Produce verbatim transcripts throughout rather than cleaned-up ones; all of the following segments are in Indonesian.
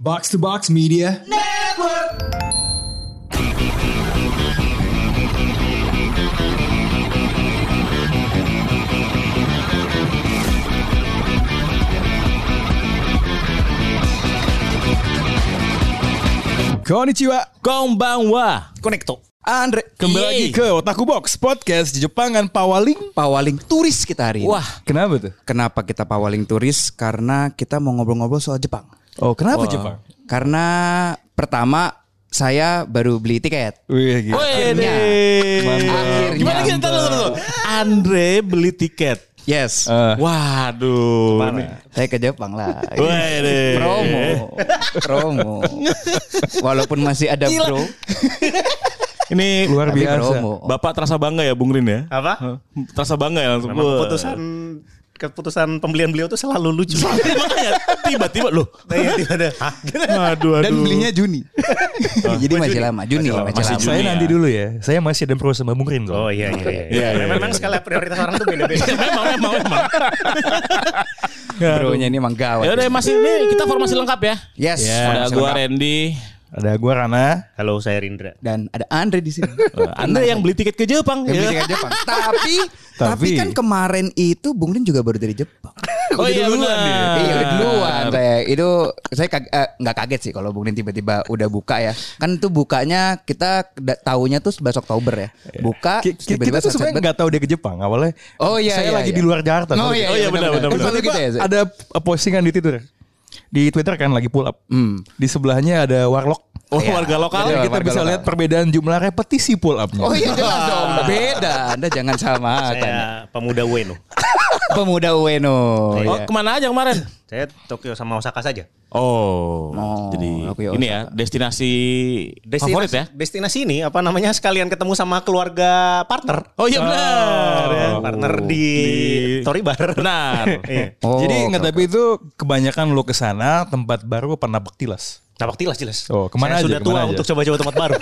Box to Box Media Network. Konnichiwa, konbanwa, Konekto. Andre, kembali Yeay. lagi ke Otaku Box Podcast di Jepangan Pawaling. Pawaling turis kita hari ini. Wah, kenapa tuh? Kenapa kita pawaling turis? Karena kita mau ngobrol-ngobrol soal Jepang. Oh, kenapa Wah. Jepang? Karena pertama saya baru beli tiket. Wih, gitu. Akhirnya. Akhirnya. Gimana kita tahu? Andre beli tiket. Yes. Uh. Waduh. Saya ke Jepang lah. Wede. Promo. Promo. Walaupun masih ada Gila. bro. Ini luar Tapi biasa. promo. Bapak terasa bangga ya Bung Rin ya? Apa? Terasa bangga ya langsung. Memang keputusan keputusan pembelian beliau tuh selalu lucu. Makanya tiba-tiba loh. Iya, tiba-tiba. Aduh, aduh. Dan belinya Juni. Jadi masih lama. Juni. Masih Masih, Masih lama. Juni. Saya ya. nanti dulu ya. Saya masih ada pro sama Bung Rin kok. Oh iya iya iya. Iya, iya, Memang iya. skala prioritas orang tuh beda-beda. memang, memang, memang. Bronya ini emang gawat. Ya udah masih ini kita formasi lengkap ya. Yes. Ada gua Randy. Ada gua Rana. Halo, saya Rindra. Dan ada Andre di sini. Anda yang beli tiket ke Jepang. Yang ya. beli tiket Jepang. Tapi, tapi Tapi kan kemarin itu Bung Rin juga baru dari Jepang. Oh iya benar. Iya udah duluan saya. Itu saya kag- eh, nggak kaget sih kalau Bung Rin tiba-tiba udah buka ya. Kan itu bukanya kita da- tahunya tuh sebelas Oktober ya. Buka Ki- ki- tiba-tiba kita tuh set-set sebenarnya nggak tahu dia ke Jepang awalnya. Oh iya Saya iya, lagi iya. di luar Jakarta. Oh iya, Oh iya, benar, benar, Terus benar. tiba-tiba Gitu ya, Zek? ada postingan di Twitter. Di Twitter kan lagi pull up. Hmm. Di sebelahnya ada warlock. Oh, Iya. warga lokal. Iya, Kita warga bisa lokal. lihat perbedaan jumlah repetisi pull up-nya. Oh iya jelas dong. Beda. Anda jangan samakan. Saya pemuda Ueno. Pemuda Ueno. Oh, Iya. kemana aja kemarin? Saya Tokyo sama Osaka saja. Oh, Oh, jadi oke, ini ya destinasi, favorit ya? Destinasi ini apa namanya sekalian ketemu sama keluarga partner. Oh iya benar. ya. Partner di, Toribar. Benar. Iya. Oh, Jadi oke, nggak oke. tapi itu kebanyakan lo kesana tempat baru apa napak tilas. Napak tilas jelas. Oh, kemana Saya aja, sudah kemana tua aja? untuk coba-coba tempat baru.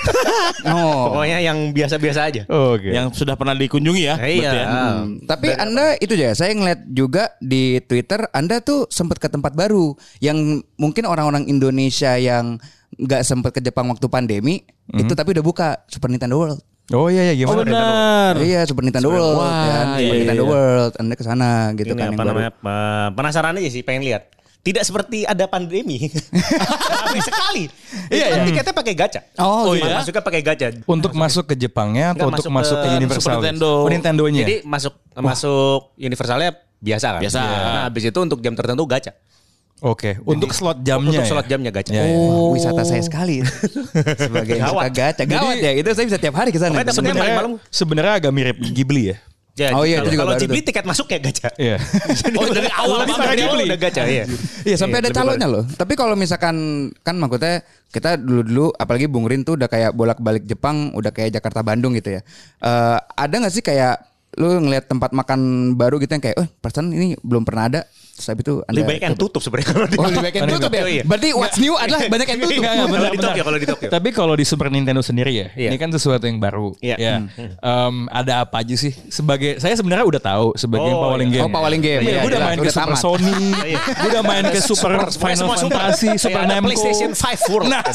Oh. Pokoknya yang biasa-biasa aja. Oh, Oke. Yang sudah pernah dikunjungi ya? Eh, iya. berarti ya? Hmm. Tapi Anda itu ya, saya ngeliat juga di Twitter Anda tuh sempat ke tempat baru yang mungkin orang-orang Indonesia yang nggak sempat ke Jepang waktu pandemi itu tapi udah buka Super Nintendo World. Oh iya iya Oh gimana? benar. Iya Super Nintendo World Wah, kan, iya, Super iya, Nintendo iya. World. Anda ke sana gitu Ini kan yang apa baru. namanya? eh, Penasaran aja sih, pengen lihat. Tidak seperti ada pandemi. Tapi sekali. Itu kan tiketnya pakai gacha. Oh, Oh, Ma- iya? Masuknya pakai gacha. Untuk masuk ke Jepangnya atau Nggak, untuk masuk masuk ke, ke Universal? Super Nintendo. Oh Nintendonya. Jadi masuk masuk universalnya biasa kan. Biasa. Nah, habis itu untuk jam tertentu gacha. Oke, untuk slot jamnya. Untuk ya? slot jamnya gacha. Ya, ya. Oh, wisata saya sekali. Sebagai yang suka Gawat. gacha. Gawat ya, itu saya bisa tiap hari ke sana. Pokoknya dapetnya Sebenarnya malam. sebenarnya agak mirip Ghibli ya. Ya, Oh iya, kalau, itu juga kalau baru Ghibli tuh. tiket masuk ya gacha. Iya. Oh dari awal Tapi banget dari ya? awal udah gacha, iya. Iya sampai ada calonnya loh. Tapi kalau misalkan kan maksudnya kita dulu-dulu apalagi Bung Rin tuh udah kayak bolak-balik Jepang, udah kayak Jakarta Bandung gitu ya. Eh ada nggak sih kayak lu ngelihat tempat makan baru gitu yang kayak, oh perasaan ini belum pernah ada. Terus habis itu Anda Lebih baik yang tutup sebenarnya kalau di Oh lebih baik yang tutup ya. Oh, iya. Berarti what's new adalah banyak yang tutup. Enggak, enggak, kalau di Tokyo, kalau di Tokyo. Tapi kalau di Super Nintendo sendiri ya, Iya. ini kan sesuatu yang baru. Iya. Ya. Em, ada apa aja sih? Sebagai saya sebenarnya udah tahu sebagai Oh, Powaling iya. Game. Oh, Powaling Game. Iya, Iya, gue udah jelas, main ke udah Super tamat. Sony. Gue udah main ke Super Final semua super. Fantasy, Super Kayak ada Namco. PlayStation five World. Nah,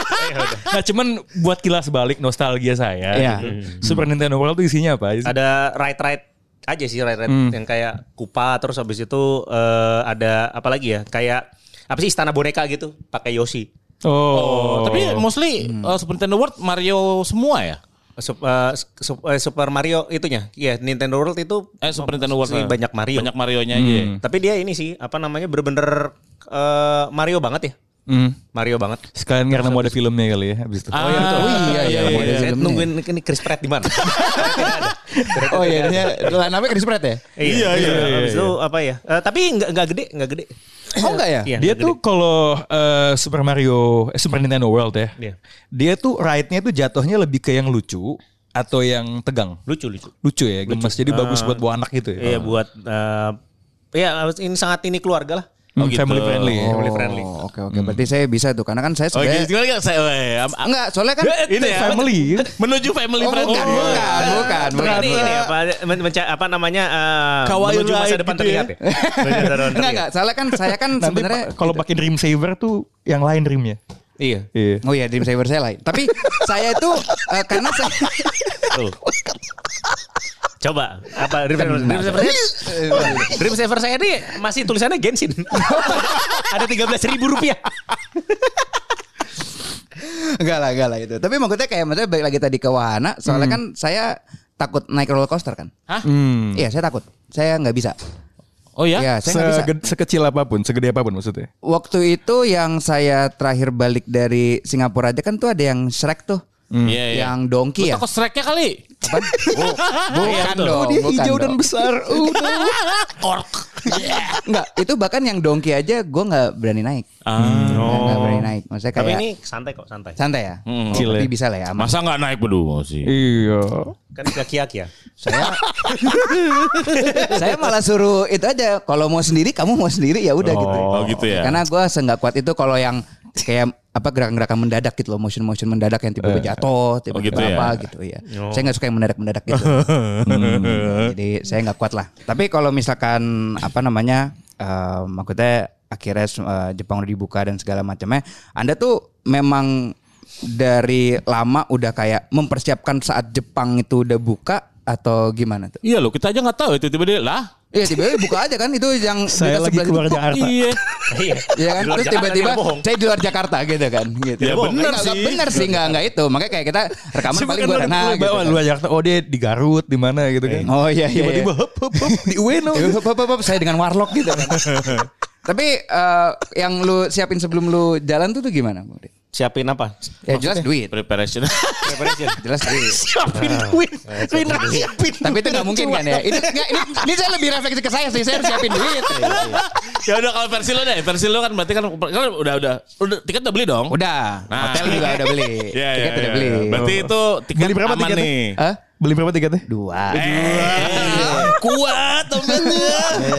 nah, cuman buat kilas balik nostalgia saya. Iya. gitu. Super Nintendo World itu isinya apa aja sih? Ada ride-ride aja sih ride-ride Hmm. yang kayak Kupa, terus habis itu eh, ada apa lagi ya? Kayak apa sih istana boneka gitu, pakai Yoshi. Oh, Tapi mostly uh, Super Nintendo World Mario semua ya? Sup- eh, sup- eh, Super Mario itunya. Iya, Nintendo World itu Eh Super Nintendo World sih banyak Mario. Banyak Marionya aja. Tapi dia ini sih apa namanya bener-bener eh, Mario banget ya. Hmm. Mario banget. Sekalian karena mau ada filmnya kali ya habis itu. Ah, Oh iya betul. Oh iya iya. iya, iya, Saya filmnya. nungguin ini Chris Pratt di mana. Oh iya, ini namanya Chris Pratt ya? Iya, iya, iya. Habis itu apa ya? Eh, tapi nggak nggak gede, nggak gede. Oh enggak ya? Iya, Dia nggak tuh gede. kalau eh, Super Mario, eh, Super Nintendo World ya, Iya. dia tuh ride-nya tuh jatuhnya lebih ke yang lucu atau yang tegang. lucu lucu. Lucu ya, gemes. Jadi bagus buat bawa anak gitu ya. Iya buat eh, ya ini sangat ini keluarga lah. Oh, gitu. Family friendly. Oh, Family friendly. Oke oke, berarti saya bisa tuh karena kan saya Oh sebenarnya gitu gimana saya weh, am- am- enggak, soalnya kan ini ya family. menuju family Oh, friendly. bukan, bukan, bukan, bukan. Ini, ini apa men- menca- apa namanya uh, Kawaii menuju masa ride depan gitu terlihat ya. ya. Menuju masa depan Enggak terlihat. enggak, soalnya kan saya kan Nanti sebenarnya pa- kalau pakai Dream Saver tuh yang lain dreamnya. Iya. Iya. Oh iya, Dream Saver saya lain. Tapi saya itu eh, karena saya Tuh. Coba apa Dream Saver? Dream Saver saya, Dream Saver saya ini masih tulisannya Genshin. Ada tiga belas ribu rupiah. enggak lah, enggak lah itu. Tapi maksudnya kayak maksudnya balik lagi tadi ke wahana, soalnya kan saya takut naik roller coaster kan. Hah? Hmm. Iya, saya takut. Saya nggak bisa. Oh ya? Iya, saya nggak bisa. Sege- sekecil apapun, segede apapun maksudnya. Waktu itu yang saya terakhir balik dari Singapura aja kan tuh ada yang Shrek tuh. Iya, iya. Yang donkey ya. Takut Shreknya kali. Apa? Bukan dong. Oh, dia bukan hijau dong. dan besar. Udah. Kork. Enggak, itu bahkan yang donkey aja gue nggak berani naik. Ah. Nggak berani naik. Maksudnya kayak Tapi ini santai kok, santai. santai ya. Hmm. Oh, Chill berarti ya. bisa lah ya. Aman. Masa nggak naik berdua sih? Iya. Kan kaki-kaki ya. Saya saya malah suruh itu aja. Kalau mau sendiri, kamu mau sendiri ya udah gitu. Oh gitu ya. Karena gue seenggak kuat itu kalau yang kayak apa gerakan-gerakan mendadak gitu loh, motion-motion mendadak yang tiba-tiba jatuh, tiba-tiba Oh, gitu ya. apa gitu ya. Saya nggak suka yang mendadak-mendadak gitu. Hmm, jadi saya nggak kuat lah. Tapi kalau misalkan apa namanya, eh, maksudnya akhirnya eh, Jepang udah dibuka dan segala macamnya, Anda tuh memang dari lama udah kayak mempersiapkan saat Jepang itu udah buka atau gimana tuh? Iya loh, kita aja nggak tahu itu tiba-tiba lah. Iya tiba-tiba buka aja kan itu yang Saya dekat lagi sebelah keluar itu. Jakarta. Iya. Iya. Iya kan, Di luar terus Jakarta tiba-tiba dia bohong. saya di luar Jakarta gitu kan, gitu. Ya, bener Enggak, enggak sih. bener sih, enggak enggak itu. Makanya kayak kita rekaman paling gua Rena gitu. Bawa kan. luar Jakarta. Oh dia di Garut di mana gitu kan. Oh iya iya. Tiba-tiba hop hop hop di Ueno. iya. Hop, hop, hop, hop, saya dengan warlock gitu kan. Tapi eh, yang lu siapin sebelum lu jalan tuh tuh gimana, Budi? Siapin apa? Ya jelas duit. Preparation. Preparation. Jelas duit. Siapin duit. Rina siapin. Tapi itu nggak mungkin kan ya? Itu nggak, ini, ini saya lebih refleksi ke saya sih. Saya harus siapin duit. Ya udah kalau versi lo deh, versi lo kan berarti kan kan udah udah udah tiket udah beli dong. Udah. Nah. Hotel juga udah beli. Iya, Tiket iya, udah iya. beli. Berarti itu tiket Beli berapa aman tiketnya? nih. Hah? Beli berapa tiketnya? Dua. Eh, kuat temennya.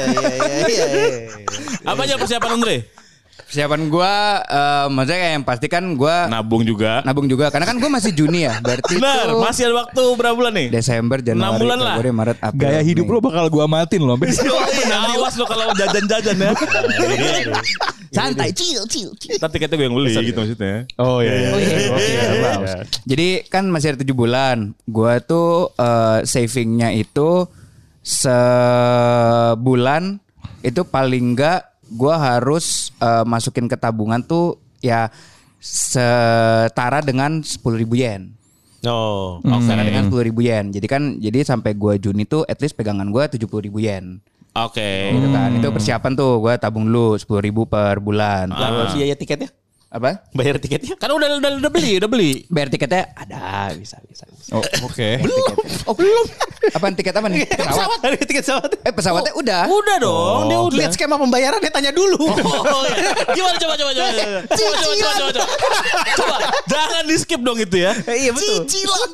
Apa aja persiapan Andre? Persiapan gua eh, maksudnya kayak yang pasti kan gua Nabung juga. nabung juga karena kan gua masih Juni ya. Berarti Benar, itu masih ada waktu berapa bulan nih? Desember, Januari, Enam bulan lah. Februari, Maret, April. Gaya hidup Mei. lo bakal gua amatin lo sampai Iya, awas lo kalau jajan-jajan ya. santai, chill, chill, chill. Ntar tiketnya gue yang beli gitu maksudnya. Oh iya iya. Jadi kan masih ada tujuh bulan. Gua tuh eh, savingnya itu sebulan itu paling enggak gua harus eh, masukin ke tabungan tuh ya setara dengan sepuluh ribu yen. Oh. Setara dengan sepuluh ribu yen. Jadi kan jadi sampai gua Juni tuh at least pegangan gua tujuh puluh ribu yen. Oke. Gitu kan. Itu persiapan tuh gua tabung dulu sepuluh ribu per bulan. Lalu biaya tiketnya? Apa? Bayar tiketnya? Kan udah udah udah beli, udah beli. Bayar tiketnya ada, bisa bisa. bisa. Oh, oke. Oh belum. Apaan tiket apa nih? Pesawat. Ada tiket pesawat. Eh pesawatnya udah. Udah dong, dia udah. Lihat skema pembayarannya, tanya dulu. Oh, iya. Gimana coba coba coba. Coba coba coba coba. Coba, coba. Jangan di skip dong itu ya. Iya betul.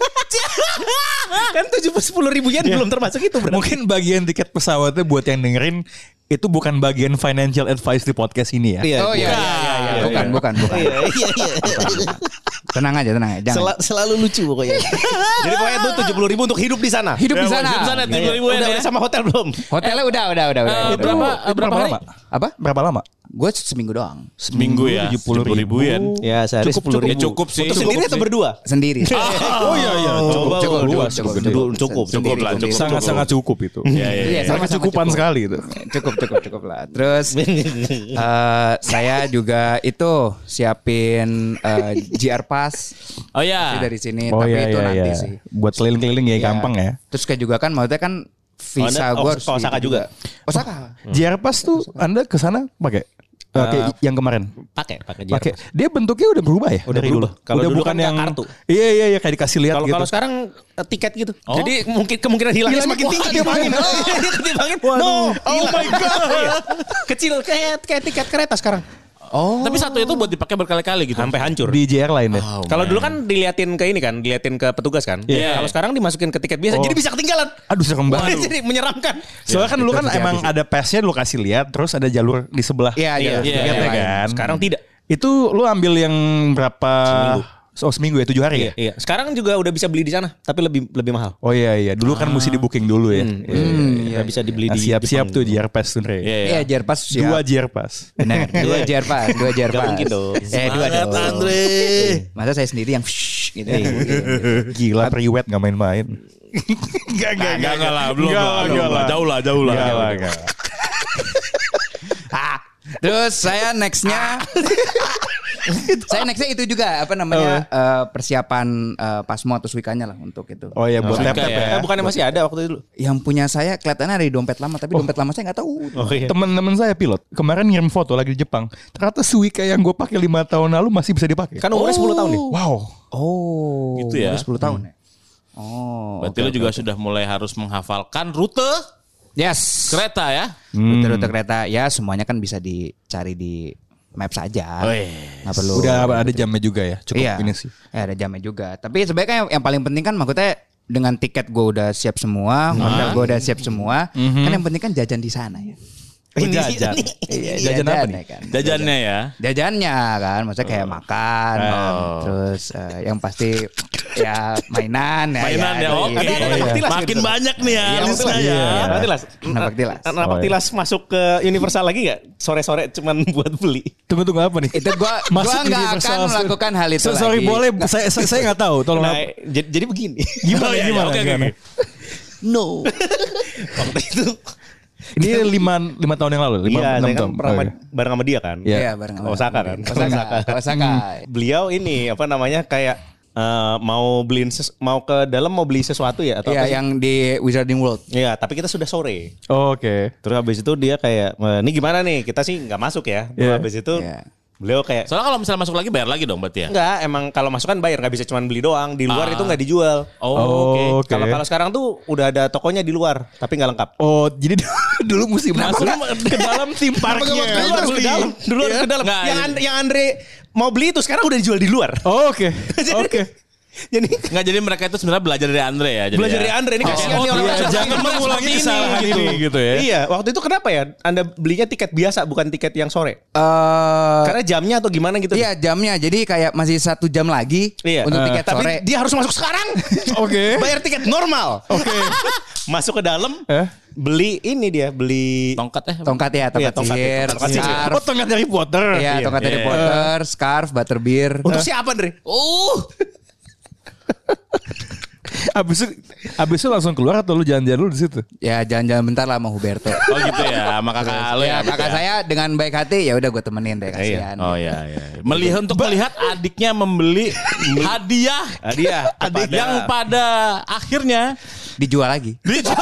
Kan tujuh puluh sepuluh ribu yen belum termasuk itu berarti. Mungkin bagian tiket pesawatnya buat yang dengerin itu bukan bagian financial advice di podcast ini ya. Iya. Oh iya iya iya, iya. Bukan bukan bukan. Iya iya iya. Tenang aja tenang aja. Jangan. Sel- selalu lucu pokoknya. Jadi pokoknya itu tujuh puluh ribu untuk hidup di sana. Hidup di Ya, sana. hidup di sana, tujuh puluh ribu Udah, ya. udah sama hotel belum? Hotelnya udah udah udah udah. Eh, udah. berapa Itu berapa hari? lama? Apa? Berapa lama? Gue seminggu doang. Seminggu ya. tujuh puluh ribu yen. Ya sehari Cukup, sepuluh cukup. ribu. Ya, cukup sih. Untuk sendiri atau berdua? Sendiri. Oh iya iya. Oh, Cukup cukup, cukup luas, cukup, cukup cukup. Cukup. Cukup lah, cukup. Sangat sangat cukup itu. Iya iya. Iya, Sangat sama-sama cukupan cukup. sekali itu. Cukup cukup cukup lah. Terus eh, saya juga itu siapin eh, G R Pass Oh ya. dari sini. Oh Tapi iya itu iya nanti iya. sih. Buat keliling-keliling ya Iya. gampang ya. Terus kayak juga kan maksudnya kan visa Anda- gue oh, harus ke Osaka di- juga? Osaka. J R Pass tuh Anda ke sana pakai? Oke, yang kemarin. Pakai, pakai Pakai. Dia bentuknya udah berubah ya? Udah Dari berubah. dulu. Kalau udah dulu bukan kan yang kartu. Iya iya iya kayak dikasih lihat Kalau gitu. kalau sekarang eh, tiket gitu. Jadi mungkin kemungkinan hilangnya Hilangnya semakin wah, tinggi. ketimbangin. Dia ketimbangin. No. Oh hilang. my God. Iya. Kecil kayak kayak tiket kereta sekarang. Oh. Tapi satu itu buat dipakai berkali-kali gitu. Sampai hancur. Di J R lain ya. Oh, Kalau man. dulu kan diliatin ke ini kan, diliatin ke petugas kan. Iya. Kalau sekarang dimasukin ke tiket biasa, Oh. jadi bisa ketinggalan. Aduh serem banget. Jadi menyeramkan. Soalnya kan dulu kan Itu emang terjadi ada pasnya lu kasih lihat, terus ada jalur di sebelah. Iya, Iya, iya, iya, tiketnya iya. kan. Sekarang tidak. Itu lu ambil yang berapa? Seminggu. Oh seminggu ya, tujuh hari Iya, ya? iya. Sekarang juga udah bisa beli di sana, tapi lebih lebih mahal. Oh iya iya, dulu kan mesti di booking dulu ya. Hmm, Iya, iya, iya. Udah bisa dibeli Nah, di siap-siap Jepang. tuh J R Pass tuh Andre. Iya, Iya, Jerpas siap. Dua J R Pass. Benar, dua Jerpas, dua Jerpas. Gak mungkin dong. Eh, dua Semangat, dong. Andre. Masa saya sendiri yang shh, gitu. Gila priwet gak main-main. Gak Enggak, enggak lah, belum Enggak lah, lah, belum enggak lah. lah. Jauh lah, jauh lah. Enggak lah, enggak lah. Terus saya nextnya, saya nextnya itu juga apa namanya eh, persiapan eh, Pasmo atau Swikanya lah untuk itu. Oh iya buat Suka laptop ya. ya. Eh, bukannya masih ada waktu itu? Yang punya saya kelihatannya ada di dompet lama, tapi dompet lama saya nggak tahu. Oh iya. Temen-temen saya pilot kemarin ngirim foto lagi di Jepang. Ternyata Suica yang gue pakai lima tahun lalu masih bisa dipakai. Kan umurnya sepuluh tahun nih. Wow. Oh, Gitu ya. baru sepuluh tahun ya. Oh, Berarti oke, lu oke, juga oke. sudah mulai harus menghafalkan rute Yes. kereta ya. Rute-rute kereta ya semuanya kan bisa dicari di Maps aja. Oh, iya. Nggak perlu. Udah ada jamnya juga ya. Cukup iya. ini sih. Ya, ada jamnya juga. Tapi sebenarnya yang, yang paling penting kan maksudnya dengan tiket gue udah siap semua, hotel gue udah siap semua. Kan yang penting kan jajan di sana ya. Oh, jajan. Iya, Jajan apa jajannya nih? kan. Jajannya ya. Jajannya kan, maksudnya kayak makan, Oh. terus eh, yang pasti ya mainan ya. Mainan ya, gitu. oke. Ada- ada Iya. Naktilas Makin gitu. banyak nih ya Iya, listnya iya. ya. Naktilas. Napaktilas. Napaktilas masuk ke Universal lagi gak? Sore-sore cuman buat beli. Tunggu tunggu apa nih? Itu gua Masuk gua nggak Universal akan Studio. melakukan hal itu So- Sorry lagi. boleh saya saya saya nggak tahu. Tolong. Nah, apa? jadi, jadi begini. Gimana Oh, iya, iya. gimana? Oke, oke, gimana? oke. No. Waktu itu Ini lima lima tahun yang lalu. Lima iya, enam saya kan tahun. pernah Oh, sama- iya. bareng sama dia kan. Iya. Iya, bareng. Ke Osaka kan. Ke Osaka. Ke Osaka. Beliau ini apa namanya kayak eh, mau beliin ses- mau ke dalam mau beli sesuatu ya atau Iya, apa sih? yang di Wizarding World. Iya, tapi kita sudah sore. Oh, Oke. Terus habis itu dia kayak, "Eh, ini gimana nih? Kita sih nggak masuk ya." Terus Iya. habis itu Iya. beliau kayak, Soalnya kalau misalnya masuk lagi bayar lagi dong berarti ya. enggak, emang kalau masuk kan bayar, nggak bisa cuma beli doang. Di luar Ah. itu nggak dijual. Oh, Oh, oke. oke. Kalau kalau sekarang tuh udah ada tokonya di luar, tapi nggak lengkap. Oh jadi dulu mesti masuk ke dalam tim parknya. Dulu harus ke dalam, dulu harus ke dalam. Nggak, Yang, iya. And- yang Andre mau beli itu sekarang udah dijual di luar. Oh, Oke. Oke. Jadi Nggak, jadi mereka itu sebenarnya belajar dari Andre ya. Jadi belajar ya. dari Andre ini kasihan Oh, nih orang iya, orang jangan seperti mengulangi ini, kesalahan gitu. ini, gitu ya. Iya, waktu itu kenapa ya? Anda belinya tiket biasa bukan tiket yang sore? Eh, Karena jamnya atau gimana gitu? iya jamnya. Jadi kayak masih satu jam lagi Iya. untuk Eh, tiket tapi sore. dia harus masuk sekarang. Oke. Bayar tiket normal. Oke. Masuk ke dalam, Eh? beli ini dia, beli Tongkat eh. Tongkat ya, tongkat Iya, tongkat, sihir, tongkat sihir. scarf. Oh tengah dari Potter. Iya, tongkat Harry Iya. Potter, scarf, butterbeer. untuk siapa, Andre? Uh. Abis itu, abis itu langsung keluar atau lu jalan-jalan dulu di situ? Ya jalan-jalan bentar lah sama Huberto. Oh gitu ya, sama kakak lo ya. Ya, kakak gitu ya? saya dengan baik hati ya udah gue temenin deh kasihan. Oh iya iya. Melihat untuk melihat adiknya membeli hadiah Hadiah adik kepada- yang pada akhirnya Dijual lagi.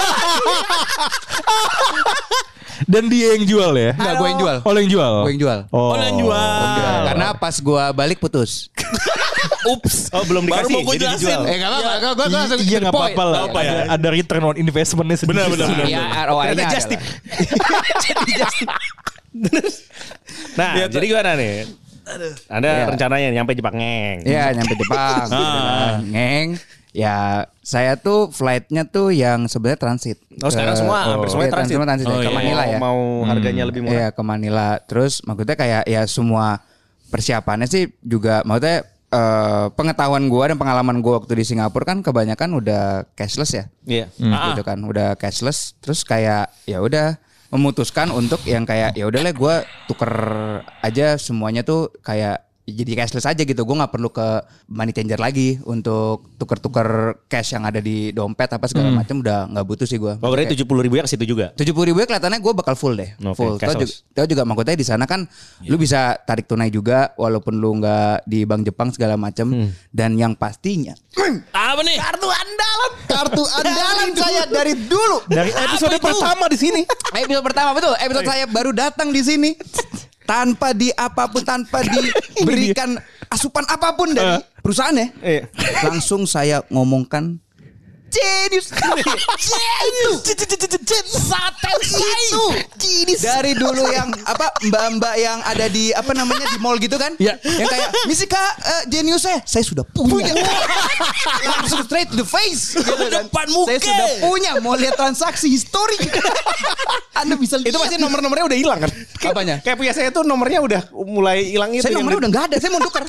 Dan dia yang jual ya? Enggak, gue yang jual. Oh, lu yang jual. Gue yang jual. Oh, Oh, yang jual. Karena pas gue balik putus. Ups. Oh, belum Baru dikasih, mau gue jadi jelasin. dijual. Eh enggak apa-apa, gue gue langsung Iya to the nggak point. apa-apa lah. Nggak apa ya. Ada, ada return on investmentnya sedikit. Benar, benar, benar. Iya, R O I-nya Ternyata ada just tip. lah. Jadi just tip. Nah, Iya, jadi gimana nih? Ada Iya. rencananya nyampe Jepang ngeng. Iya, nyampe Jepang. gitu kan. Ngeng. Ya, saya tuh flightnya tuh yang sebenarnya transit. Oh, sekarang Ke- semua hampir semuanya Iya, transit. semua transit ya, Oh, ke iya. Manila ya. Mau harganya lebih murah. Iya, ke Manila. Terus maksudnya kayak ya semua persiapannya sih juga maksudnya eh, pengetahuan gua dan pengalaman gua waktu di Singapura kan kebanyakan udah cashless ya. Iya. Gitu kan, udah cashless. Terus kayak ya udah memutuskan untuk yang kayak ya udahlah gua tuker aja semuanya tuh kayak jadi cashless aja gitu. Gue nggak perlu ke money changer lagi untuk tuker-tuker cash yang ada di dompet apa segala macam, udah nggak butuh sih gue. Oh, berarti tujuh puluh ribu ya ke situ juga. Tujuh puluh ribu ya kelihatannya gue bakal full deh, Oke, full. Tahu juga, cashless. tahu juga maksudnya di sana kan lu bisa tarik tunai juga walaupun lu nggak di bank Jepang segala macam. Dan yang pastinya Apa nih? kartu andalan, kartu andalan saya dari dulu. Dari episode pertama di sini. Episode pertama betul, episode saya baru datang di sini tanpa di apapun, tanpa diberikan asupan apapun dari perusahaan ya. Iya. Langsung saya ngomongkan Genius. Genius. Saten itu. Genius. Dari dulu yang apa mbak-mbak yang ada di apa namanya di mall gitu kan? Ya. Yang kayak misi kak uh, Genius saya, saya sudah punya. Langsung straight to the face. Gitu kan. Depan muka. Saya sudah punya. Mau lihat transaksi histori. Anda bisa lihat. Itu pasti nomor-nomornya udah hilang kan? Apanya? Kayak punya saya tuh nomornya udah mulai hilang itu. Saya nomornya udah nggak ada. Saya mau tukar.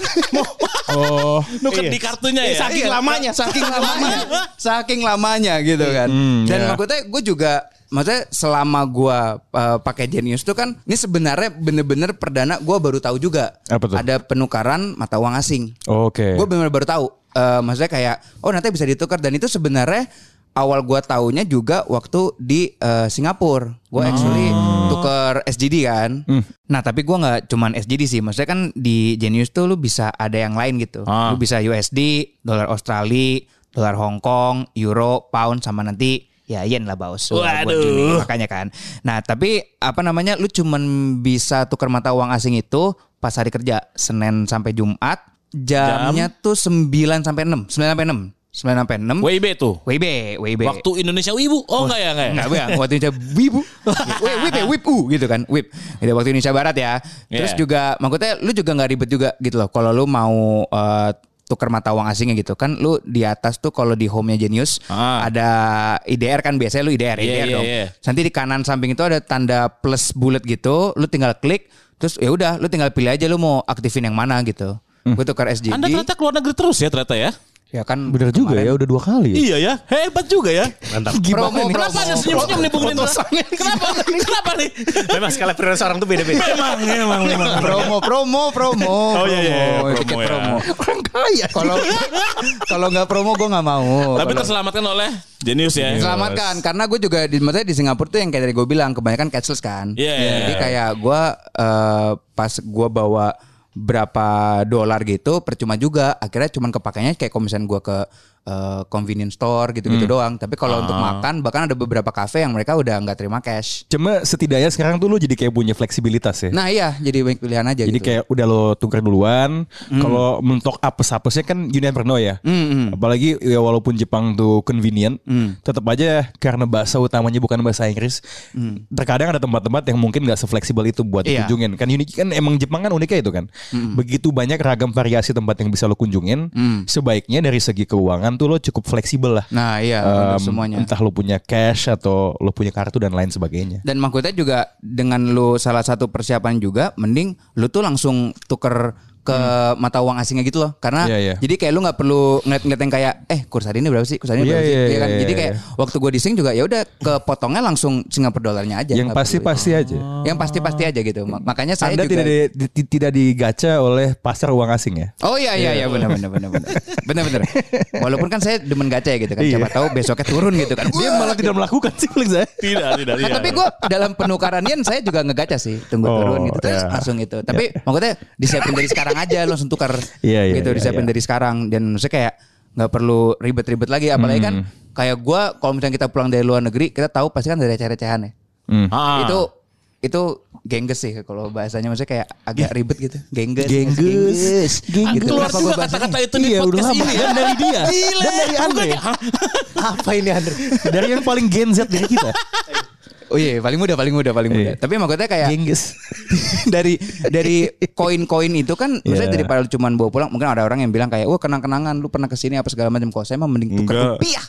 Oh. Nuker Iya. di kartunya ya. Saking lamanya. Saking lamanya. Saking lamanya gitu kan. Hmm, Dan ya. maksudnya gue juga maksudnya selama gue uh, pakai Genius tuh kan ini sebenarnya bener-bener perdana gue baru tahu juga Apa tuh? ada penukaran mata uang asing. Oke. Gue bener-bener baru tahu. Uh, maksudnya kayak oh nanti bisa ditukar dan itu sebenarnya awal gue taunya juga waktu di uh, Singapura. Gue actually tuker S G D kan. Hmm. Nah tapi gue nggak cuman S G D sih. Maksudnya kan di Genius tuh lu bisa ada yang lain gitu. Ah. Lu bisa U S D, dolar Australia, dolar Hong Kong, euro, pound sama nanti ya yen lah baus. Buat Waduh. Juni, makanya kan. Nah tapi apa namanya lu cuman bisa tukar mata uang asing itu pas hari kerja Senin sampai Jumat. Jamnya tuh sembilan sampai enam, sembilan sampai enam. sembilan sampai enam. W I B tuh. W I B, W I B. Waktu Indonesia Wibu. Oh enggak ya, enggak ya. Enggak, Bang. Waktu Indonesia Wibu. W I B, W I P U gitu kan. W I P. Itu waktu Indonesia Barat ya. Terus Yeah. juga maksudnya lu juga enggak ribet juga gitu loh. Kalau lu mau uh, tukar mata uang asingnya gitu kan lu di atas tuh kalau di home-nya Genius Ah. ada I D R kan biasanya lu I D R, I D R Yeah, yeah, dong. yeah. Nanti di kanan samping itu ada tanda plus bullet gitu, lu tinggal klik terus ya udah lu tinggal pilih aja lu mau aktifin yang mana gitu. Gue tukar S G D. Anda ternyata keluar negeri terus ya ternyata ya. Ya kan Bener juga ya, udah dua kali. Iya ya, hebat juga ya. Mantap. Promo, Kenapa promo, ada senyum-senyum nih Bung Rindra? Kenapa? Kenapa nih? Memang skala prioritas orang tuh beda-beda. Memang, memang, memang. promo promo promo Oh, iya, iya, iya, promo, promo, tiket ya. promo orang kaya kalau kalau nggak promo gue nggak mau. Tapi Kalau- terselamatkan oleh Genius ya. selamatkan karena gue juga di maksudnya di Singapura tuh yang kayak tadi gue bilang kebanyakan cashless kan. Iya, iya, Jadi iya. kayak gue eh, pas gue bawa berapa dolar gitu percuma juga akhirnya cuman kepakainya kayak kalau misalnya gue ke eh, convenience store gitu-gitu Hmm. doang. Tapi kalau untuk Ah. makan bahkan ada beberapa kafe yang mereka udah nggak terima cash. Cuma setidaknya sekarang tuh lu jadi kayak punya fleksibilitas ya. Nah iya jadi banyak pilihan aja Jadi gitu. kayak udah lo tukar duluan. Kalau mentok apes-apesnya kan you never know ya. Mm-mm. Apalagi ya walaupun Jepang tuh convenient, Mm. tetap aja karena bahasa utamanya bukan bahasa Inggris. Terkadang ada tempat-tempat yang mungkin nggak sefleksibel itu buat Iya. dikunjungin. Kan unik kan emang Jepang kan uniknya itu kan. Begitu banyak ragam variasi tempat yang bisa lo kunjungin. Sebaiknya dari segi keuangan tuh lo cukup fleksibel lah. Nah iya Em, untuk semuanya. Entah lo punya cash atau lo punya kartu dan lain sebagainya. Dan maksudnya juga dengan lu salah satu persiapan juga mending lu tuh langsung tuker ke mata uang asingnya gitu loh. Karena Iya, iya. jadi kayak lu nggak perlu ngeliat-ngeliat yang kayak eh kurs hari ini berapa sih? Kurs hari ini Iya, berapa sih? iya, Iya kan? iya, Jadi iya, kayak waktu gue di Sing juga ya udah kepotongnya langsung Singapura dolarnya aja. Yang nggak pasti-pasti perlu. aja. Yang pasti-pasti aja gitu. Mak- Makanya saya Anda juga tidak di, di- tidak digaca oleh pasar uang asing ya? Oh iya iya iya benar benar benar benar. Benar benar. Walaupun kan saya demen gacha ya gitu kan. Siapa tahu besoknya turun gitu kan. Dia malah tidak melakukan sih paling saya. Tidak, tidak, Nah, tidak. tapi gue dalam penukaran yen saya juga ngegaca sih tunggu Oh, turun gitu terus ya. langsung itu. Tapi maksudnya disiapin dari sekarang aja langsung tukar Iya, iya, gitu iya, disiapin iya. dari sekarang dan maksudnya kayak nggak perlu ribet-ribet lagi apalagi kan kayak gue kalau misalnya kita pulang dari luar negeri kita tahu pasti kan ada receh-recehan ya. Hmm. Ah. Itu itu gengges sih kalau bahasanya maksudnya kayak agak ribet gitu. Gengges. Gengges. Gengges. Gitu. Keluar Kenapa juga gue bahasanya? kata-kata itu di Iya, udah podcast lama. ini ya. Dan dari dia. Gila. Dan dari Andre. Apa ini Andre? Dari yang paling Gen Z dari kita. Oh iya, paling muda, paling muda, paling muda. Iya. Tapi maksudnya kayak Gengges. dari dari koin-koin itu kan maksudnya Iya. daripada lu cuman bawa pulang mungkin ada orang yang bilang kayak wah kenang-kenangan lu pernah kesini apa segala macam kok saya mah mending tukar Enggak. rupiah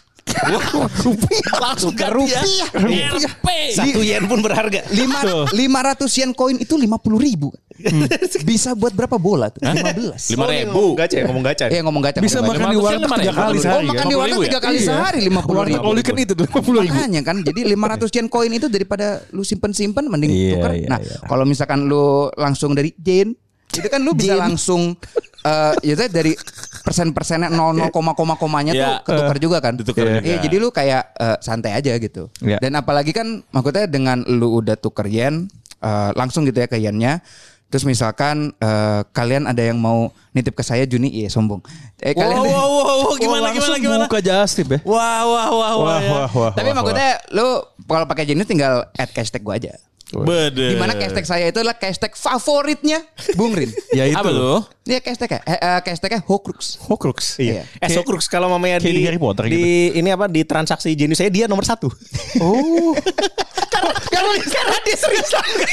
Langsung tukar ganti ya. rupiah R P. Satu yen pun berharga. lima lima ratus yen koin itu lima puluh ribu bisa buat berapa bola tuh lima belas Lima Oh, ini ribu. ngomong gacha ya, ngomong gacha. eh ngomong gacha Bisa ngomong makan gacha. di lima ratus warteg yen tiga mana kali ya? sehari. oh makan kan? di lima puluh warteg ribu tiga ya? kali Iya. sehari lima puluh Warteg ribu oli kan itu tuh lima puluh ribu. makanya kan jadi lima ratus yen koin itu daripada lu simpen-simpen mending Iya, tukar iya, nah iya. kalau misalkan lu langsung dari jen itu kan lu bisa langsung eh ya saya dari persen-persennya nol nol koma koma komanya tuh Iya. ketukar juga kan. Ditukar Iya, juga. jadi lu kayak eh, santai aja gitu. Iya. Dan apalagi kan maksudnya dengan lu udah tuker yen eh, langsung gitu ya ke yennya. Terus misalkan eh, kalian ada yang mau nitip ke saya Juni, iya sombong. Eh kalian Wow, wow, wow, wow. Gimana, Oh, gimana, langsung gimana? buka jastip ya. Wah, wah, wah, wah. Wah, ya. wah, wah. Tapi wah, maksudnya lu kalau pakai Genius tinggal add hashtag gua aja. Bede. Dimana hashtag saya itu adalah hashtag favoritnya Bung Rin. Ya itu. Apa tuh? Dia hashtagnya, eh, eh, hashtagnya Hokrux. Hokrux. Iya. Eh Sokrux kalau mamanya kayak di, di Harry Potter di gitu. ini apa di transaksi jenius saya dia nomor satu. Oh. karena, karena, karena dia serius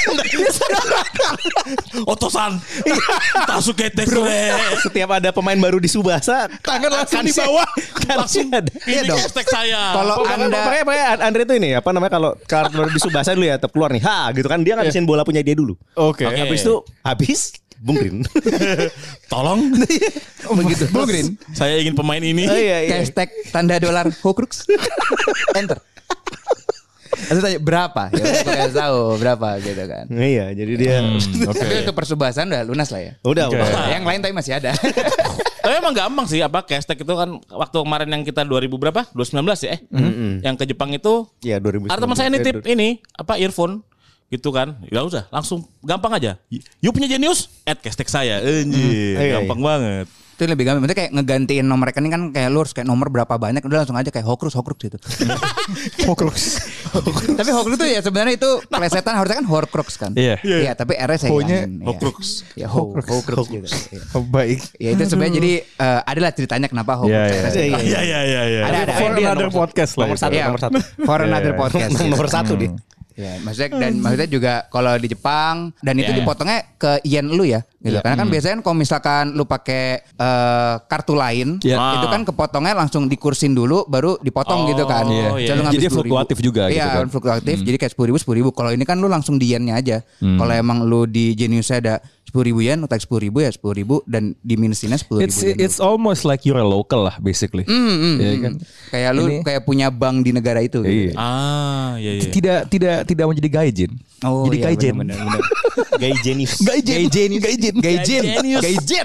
Otosan. Tasuk ketek Setiap ada pemain baru di Subasa, Tangan langsung di kansnya- bawah. kansnya ada. Ini dong. hashtag saya. Kalau Oh, makanya- Anda makanya, makanya Andre itu ini apa namanya kalau kartu baru di Subasa dulu ya tetap keluar nih. Ha gitu kan dia ngabisin bola punya dia dulu. Oke. Oke. Habis itu habis Bung Green. Tolong. begitu, Bung Rin, Saya ingin pemain ini. Oh, iya, iya. hashtag tanda dolar Hokrux. Enter. Lalu tanya berapa? Ya udah gue kasih tahu berapa gitu kan. Iya, jadi dia Oke. Tapi untuk persubasan udah lunas lah ya. udah Oke. udah. Nah, yang lain tapi masih ada. Tapi emang gampang sih apa hashtag itu kan waktu kemarin yang kita dua ribu berapa? dua ribu sembilan belas ya eh. Yang ke Jepang itu Iya dua ribu sembilan belas. ada teman saya nitip ini apa earphone gitu kan. Ya udah langsung gampang aja. You punya Genius? Add hashtag saya. Anjir, Iya, gampang banget. Itu lebih gampang. Maksudnya kayak ngegantiin nomor rekening kan kayak lu harus kayak nomor berapa banyak. Udah langsung aja kayak Hokrux, Hokrux gitu. Hokrux. Tapi Hokrux itu ya sebenarnya itu plesetan harusnya kan Horcrux kan. Iya. Iya, tapi R-nya saya Ho-nya hilangin. Iya. Hokrux. Ya, Ho- Hokrux gitu. Iya. Oh, baik. Ya itu sebenarnya jadi eh, adalah ceritanya kenapa Hokrux. Iya, iya. R S. Iya, Iya iya iya iya. Ada ada. For ada. another podcast lah. Nomor itu. satu, Iya. nomor satu. For another podcast. gitu. Nomor satu dia. Ya, maksudnya dan maksudnya juga kalau di Jepang dan itu Ya, ya. dipotongnya ke yen lu ya, gitu. Karena kan biasanya kalau misalkan lu pakai eh, kartu lain, Ya. itu kan kepotongnya langsung dikursin dulu, baru dipotong Oh, gitu kan. iya. Jadi lu ngambil Jadi sepuluh ribu. fluktuatif juga Iya, gitu kan. fluktuatif. Jadi kayak sepuluh ribu, sepuluh ribu. Kalau ini kan lu langsung di yennya aja. Kalau emang lu di Geniusnya ada sepuluh ribu yen, lu tarik sepuluh ribu ya sepuluh ribu dan diminusinnya sepuluh ribu It's yen. it's almost like you're a local lah basically. Iya kan? Kayak lu Ini- kayak punya bank di negara itu. Gitu. Iya. Ah, iya iya. Tidak tidak tidak menjadi gaijin. Oh, Jadi iya, gaijin. benar, benar, benar. Gay genius. Gaijin. Gaijin. Gaijin, Genius. Gaijin.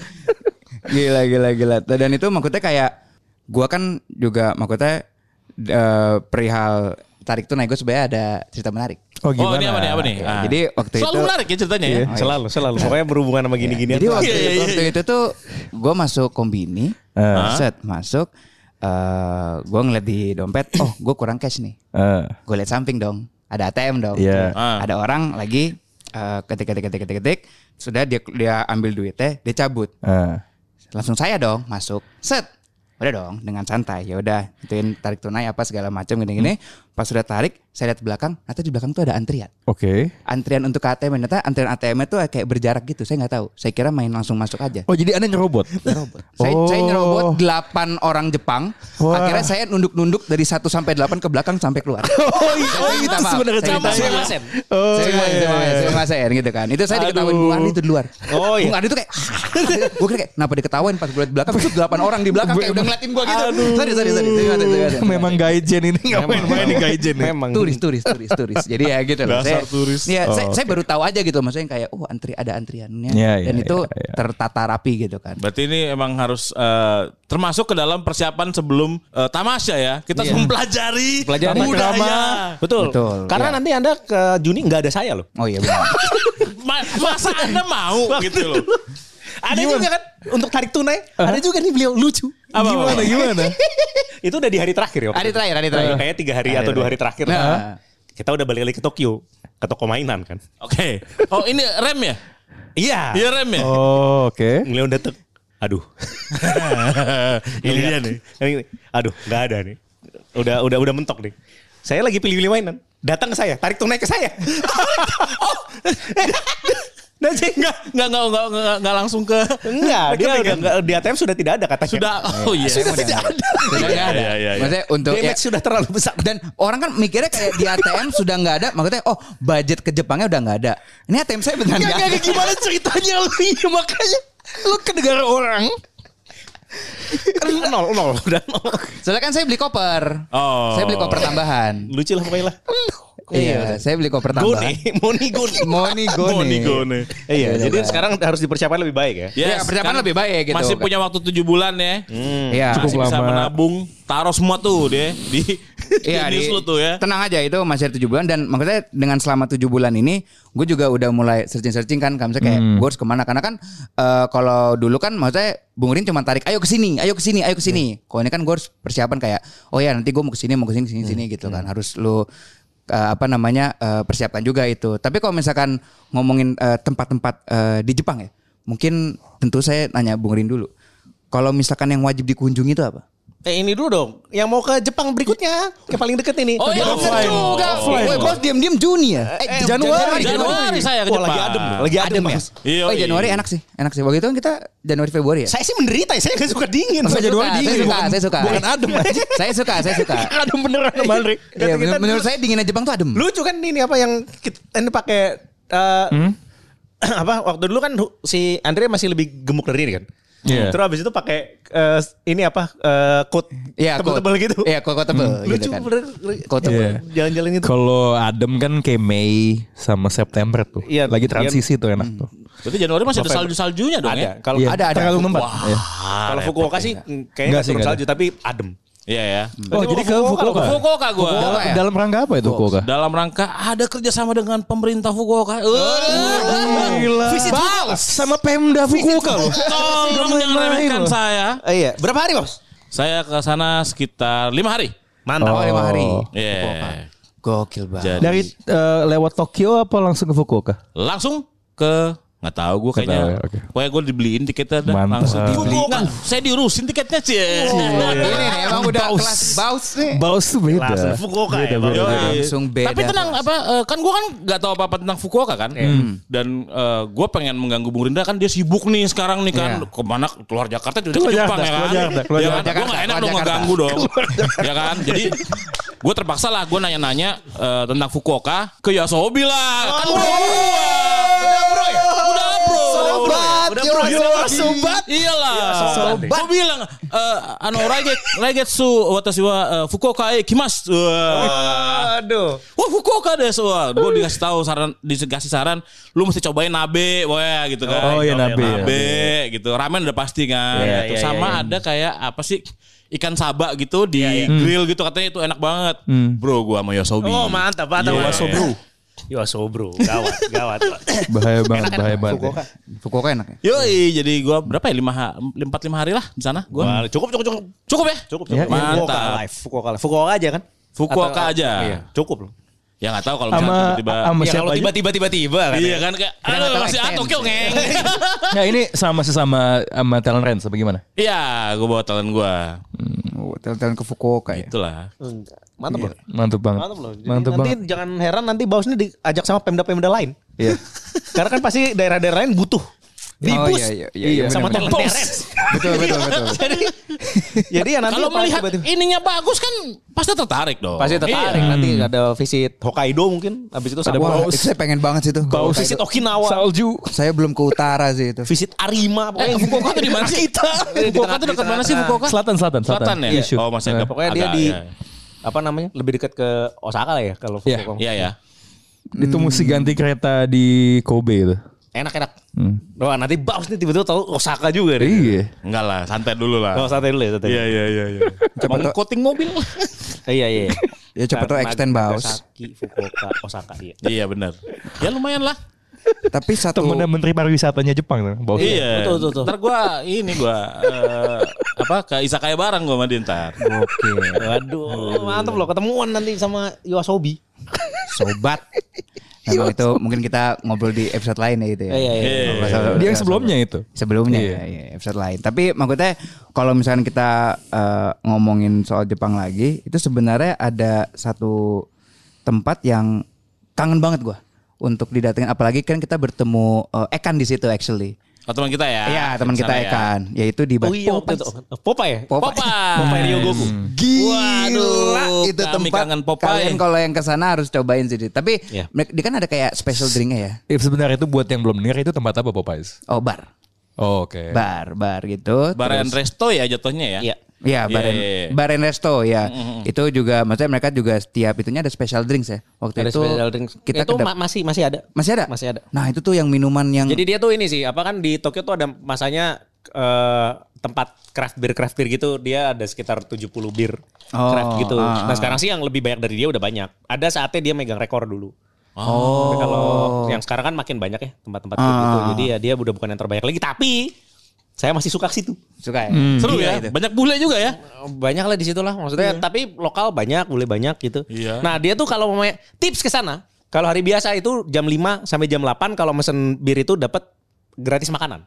Gila, gila, gila. Dan itu maksudnya kayak gua kan juga maksudnya eh, perihal tarik tunai gue sebenarnya ada cerita menarik. Oh Oh gimana? ini apa nih apa nih? Ya, Ah. jadi waktu Selalu itu menarik ya ceritanya ya. Iya. Selalu, selalu. Pokoknya berhubungan sama gini-gini. jadi waktu, Iya, iya, iya. waktu itu tuh gue masuk kombini, Ah. set masuk, eh gue ngeliat di dompet, oh gue kurang cash nih. Eh, Gue lihat samping dong, ada A T M dong. Iya. Ah. Ada orang lagi eh, ketik ketik ketik ketik ketik, sudah dia dia ambil duitnya, dia cabut. eh. Langsung saya dong masuk, set, udah dong dengan santai, ya udah ituin tarik tunai apa segala macam gini-gini. Pas sudah tarik, saya lihat belakang, ternyata di belakang tuh ada antrian. Oke. Antrian untuk A T M, ternyata antrian A T M-nya tuh kayak berjarak gitu, saya nggak tahu. Saya kira main langsung masuk aja. Oh jadi Anda nyerobot? Nyerobot. Saya, Oh. saya nyerobot delapan orang Jepang. Wah. Akhirnya saya nunduk-nunduk dari satu sampai delapan ke belakang sampai keluar. Oh, iya, Saya minta itu maaf. sebenarnya Saya minta ceritanya. maaf. Oh, Saya iya, minta iya, maaf, iya. saya minta maaf, gitu kan. Itu saya diketawain Bung Andi itu di luar. Oh, iya. Bung Andi tuh kayak gue kira kayak kenapa diketawain pas gue liat di belakang itu delapan orang di belakang kayak udah ngeliatin gue gitu. Sorry, sorry, sorry. Sorry, sorry, sorry, sorry. Memang gaijin ini nggak main-main nih gaijin nih. Memang. turis turis turis turis jadi ya gitu loh Dasar saya, turis. ya, Oh, saya, saya oke. baru tahu aja gitu maksudnya kayak oh antri ada antriannya Ya, ya, dan itu ya, ya. tertata rapi gitu kan. Berarti ini emang harus eh, termasuk ke dalam persiapan sebelum eh, tamasya ya. Kita Iya. harus mempelajari Pelajari. budaya. Betul. Betul, Karena iya. nanti Anda ke Juni nggak ada saya loh. Oh iya benar. Ma- masa Anda mau gitu loh. Ada juga kan untuk tarik tunai. Ada juga nih beliau lucu. Apa, Gimana apa? gimana? Itu udah di hari terakhir ya. waktu Hari itu. terakhir, hari terakhir. Kayak tiga hari Hari atau dua terakhir. hari terakhir. Nah. Kita udah balik lagi ke Tokyo. Ke toko mainan kan. Oke. Oh ini rem ya? Iya. Iya rem ya? Oh oke. Beliau dateng. Aduh. Ini dia nih. Ini- Aduh, nggak ada nih. Udah udah udah mentok nih. Saya lagi pilih-pilih mainan. Datang ke saya, tarik tunai ke saya. Oh. Dan saya Enggak, enggak, enggak, enggak, enggak, enggak langsung ke enggak, dia udah enggak, di A T M sudah tidak ada katanya. sudah. Oh iya. Saya mau diangkat. Sudah nggak ada. Iya, iya, iya. Maksudnya untuk ya, Damage sudah terlalu besar. dan orang kan mikirnya kayak di A T M sudah nggak ada, maksudnya oh budget ke Jepangnya udah nggak ada. Ini A T M saya beneran nggak ada. Gimana ceritanya lu? Iya makanya lu ke negara orang. nol nol udah nol. Soalnya kan saya beli koper. Oh. Saya beli koper tambahan. Lucu lah pokoknya lah. Iya, saya beli koper tambahan. Gone, Moni Gone. Moni gone. Moni gone. Iya, Iya, jadi iya. sekarang harus dipersiapkan lebih baik ya. Ya, persiapan kan lebih baik gitu. Masih punya waktu tujuh bulan ya. Iya. Masih bisa lama. menabung, taruh semua tuh deh di Iya, di di- lu tuh ya. Tenang aja itu masih ada tujuh bulan dan maksudnya dengan selama tujuh bulan ini gue juga udah mulai searching-searching kan kayak misalnya kayak gue harus kemana karena kan eh, kalau dulu kan maksudnya Bung Rin cuma tarik ayo ke sini, ayo ke sini, ayo ke sini. Kalau ini kan gue harus persiapan kayak oh ya nanti gue mau ke sini, mau ke sini, sini, sini gitu kan. Harus lu uh, apa namanya uh, persiapkan juga itu. Tapi kalau misalkan ngomongin uh, tempat-tempat uh, di Jepang ya, mungkin tentu saya nanya Bung Rin dulu. Kalau misalkan yang wajib dikunjungi itu apa? Eh ini dulu dong, yang mau ke Jepang berikutnya, ke paling deket ini. Oh, Dia iya, offline. juga. Woi, bos diam-diam Juni ya? Eh, Eh, Januari. Januari saya ke Wah, Jepang. lagi adem, lagi adem, Adem ya? Mas. Iya, Oh, Januari enak sih. Enak sih. Waktu itu kan kita Januari Februari ya? Saya sih menderita, saya gak suka dingin. Saya Januari suka, dingin, saya suka, bukan- saya suka. bukan adem aja. Saya suka, saya suka. Adem beneran kemarin. Iya, Kita- menur- menurut saya dinginnya Jepang tuh adem. Lucu kan ini apa yang kita, ini pakai eh, apa waktu dulu kan si Andre masih lebih gemuk dari ini kan. Iya. Terus habis itu pakai eh, ini apa eh, coat Iya, tebel-tebel coat. gitu. Iya, coat tebel gitu Lucu kan. bener. Coat tebel. Iya. Jalan-jalan gitu. Kalau adem kan kayak Mei sama September tuh. Iya, Lagi transisi tuh enak tuh. Berarti Januari masih ada salju-saljunya dong Ada. ya? Kalau Iya, ada, ada. tergantung tempat. Iya. kalau Fukuoka sih kayaknya Enggak nggak sih, turun nggak salju tapi adem. Iya ya. Oh, jadi ke Fukuoka Fukuoka. Fukuoka gua. Fukuoka ya? Dalam rangka apa itu Fukuoka? Dalam rangka ada kerjasama dengan pemerintah Fukuoka. Gila. Visit Fukuoka. Sama Pemda Fukuoka loh. Tolong jangan remehkan saya. Eh, iya. Berapa hari bos? Saya ke sana sekitar lima hari. Mantap. Oh, lima hari. Iya. Gokil banget. Jadi Dari eh, lewat Tokyo apa langsung ke Fukuoka? langsung ke nggak tahu gue Nggak kayaknya. tahu ya, oke. Pokoknya gue dibeliin tiketnya dah. Mantap. Langsung dibeli. Nggak, saya diurusin tiketnya sih. Ini nih emang udah kelas baus nih. Baus tuh beda. Langsung Fukuoka ya. Beda, Bang. beda. Yoi. Langsung beda. Tapi tenang apa eh, kan gue kan nggak tahu apa-apa tentang Fukuoka kan. Dan gue pengen mengganggu Bung Rinda kan dia sibuk nih sekarang nih kan. Iya. Kemana keluar Jakarta udah ke Keluar Jepang Jakarta, ya kan. keluar Jakarta, keluar Ya kan? Jakarta. Gue nggak enak Keluar dong Jakarta. ngeganggu dong. Ya kan. Jadi gue terpaksa lah gue nanya-nanya eh, tentang Fukuoka ke Yasobi lah. Kan udah Udah bro ya? Udah bro. Sobat, Udah bro. yo, Sobat. Iyalah. sobat. Gue bilang eh, anu Raiget Raigetsu watashi wa eh, Fukuoka e kimasu. Wah. Aduh. Wah Fukuoka deh soal. Gue dikasih tahu saran, dikasih saran, lu mesti cobain nabe, wah gitu kan. Oh iya nabe. ya. Nabe gitu. Ramen udah pasti kan. Iya, Terus iya, sama iya. ada kayak apa sih? Ikan sabak gitu di Iya, iya. grill gitu katanya itu enak banget. Bro gua sama Yosobi. Oh mantap, mantap. Iya. Yoso bro. Yoso bro. Gawat, gawat. Bahaya banget, bahaya banget. Fukuoka. Fukuoka enak ya? Yoi, jadi gua berapa ya? lima ha- empat lima hari lah di sana gua. Wah, cukup, cukup, cukup. Cukup ya? Cukup, Ya, cukup. ya. Fukuoka Mantap. live. Fukuoka live. Fukuoka aja kan? Fukuoka Atau- aja. Iya, cukup loh. Ya nggak tahu kalau Sama misalnya tiba-tiba. sama Ya siapa kalau aja? tiba-tiba tiba-tiba kan. Iya ya. kan kayak nggak aduh tahu masih extend. Tokyo ngeng. Nah ini sama sesama sama talent Rens apa gimana? Iya, gua bawa talent gua. Oh, telan ke Fukuoka ya. Itulah. Enggak. Mantap loh. Mantap banget. Mantap loh. Jadi Mantap nanti banget. jangan heran nanti Baus ini diajak sama pemda-pemda lain. Iya. Karena kan pasti daerah-daerah lain butuh. Di Oh, bus. iya, iya, iya, sama benar, talent benar. Rens. Betul, betul, betul. Jadi jadi ya nanti Kalau pas melihat tiba-tiba- ininya bagus kan pasti tertarik dong. pasti tertarik Iya. nanti ada visit Hokkaido mungkin habis itu ada Wah, Baus. itu saya pengen banget sih itu. Baus. Visit Okinawa. Salju. Saya belum ke utara sih itu. Visit Arima Eh, pokoknya Fukuoka tuh di mana sih? kita. Fukuoka tuh dekat mana sih Fukuoka? Selatan, selatan, Selatan ya? Iya, sure. Oh, masih agak Pokoknya dia agak, di ya. apa namanya? Lebih dekat ke Osaka lah ya kalau Iya. Fukuoka. Iya ya. Itu mesti ganti kereta di Kobe itu. Enak-enak. Wah, nanti Baus nih tiba-tiba tahu Osaka juga deh. Iya. Enggak lah, santai dulu lah. Oh, santai dulu ya, santai. Iya iya iya iya. Coba Mau tuh- coating mobil. Iya, iya. Ya coba tuh extend Baus. Nagasaki, Fukuoka, Osaka iya. Iya benar. Ya lumayan lah. Tapi satu Temennya Menteri Pariwisatanya Jepang tuh. Baus. Iya. betul, betul, betul. Ntar gue ini gue eh, apa ke Izakaya bareng gue sama dia ntar. Oke. Waduh, mantap loh ketemuan nanti sama Yoasobi. Sobat. Memang itu mungkin kita ngobrol di episode lain ya itu ya. Iya, iya. Iya. Masalah- Dia yang sebelumnya itu. Sebelumnya Iya. ya, ya, episode lain. Tapi maksudnya kalau misalkan kita eh, ngomongin soal Jepang lagi, itu sebenarnya ada satu tempat yang kangen banget gua untuk didatengin. Apalagi kan kita bertemu eh, Ekan di situ actually. Oh teman kita ya. Iya teman kita Sana ya. Ekan, yaitu di Oh iya, waktu itu. Popeye. Popeye. Popeye. Popeye Ryogoku. Gila, Waduh, itu kami tempat kangen Popeye. kalian kalau yang ke sana harus cobain sih. Tapi Iya. mereka- dia kan ada kayak special drinknya ya. Eh, sebenarnya itu buat yang belum dengar itu tempat apa Popeyes? Oh bar, Oh, oke. bar, bar gitu. Bar and Terus- resto ya jatuhnya ya. Iya. Iya, bar, Iya, and- iya, iya. bar and resto ya. Itu juga maksudnya mereka juga setiap itunya ada special drinks ya. Waktu Ada itu special drinks. kita itu kedap- ma- masih masih ada. masih ada. Masih ada. Nah, itu tuh yang minuman yang Jadi dia tuh ini sih, apa kan di Tokyo tuh ada masanya eh, tempat craft beer craft beer gitu, dia ada sekitar tujuh puluh bir Oh, craft gitu. ah, Nah, ah. sekarang sih yang lebih banyak dari dia udah banyak. Ada saatnya dia megang rekor dulu. Oh. Tapi kalau yang sekarang kan makin banyak ya tempat-tempat Ah. gitu. Jadi ya dia udah bukan yang terbanyak lagi, tapi Saya masih suka ke situ. Suka ya. Seru Iya, ya. itu. Banyak bule juga ya. Banyak lah di situ lah maksudnya. Tapi lokal banyak, boleh banyak gitu. Iya. Nah dia tuh kalau mau tips ke sana, kalau hari biasa itu jam lima sampai jam delapan kalau mesen bir itu dapat gratis makanan.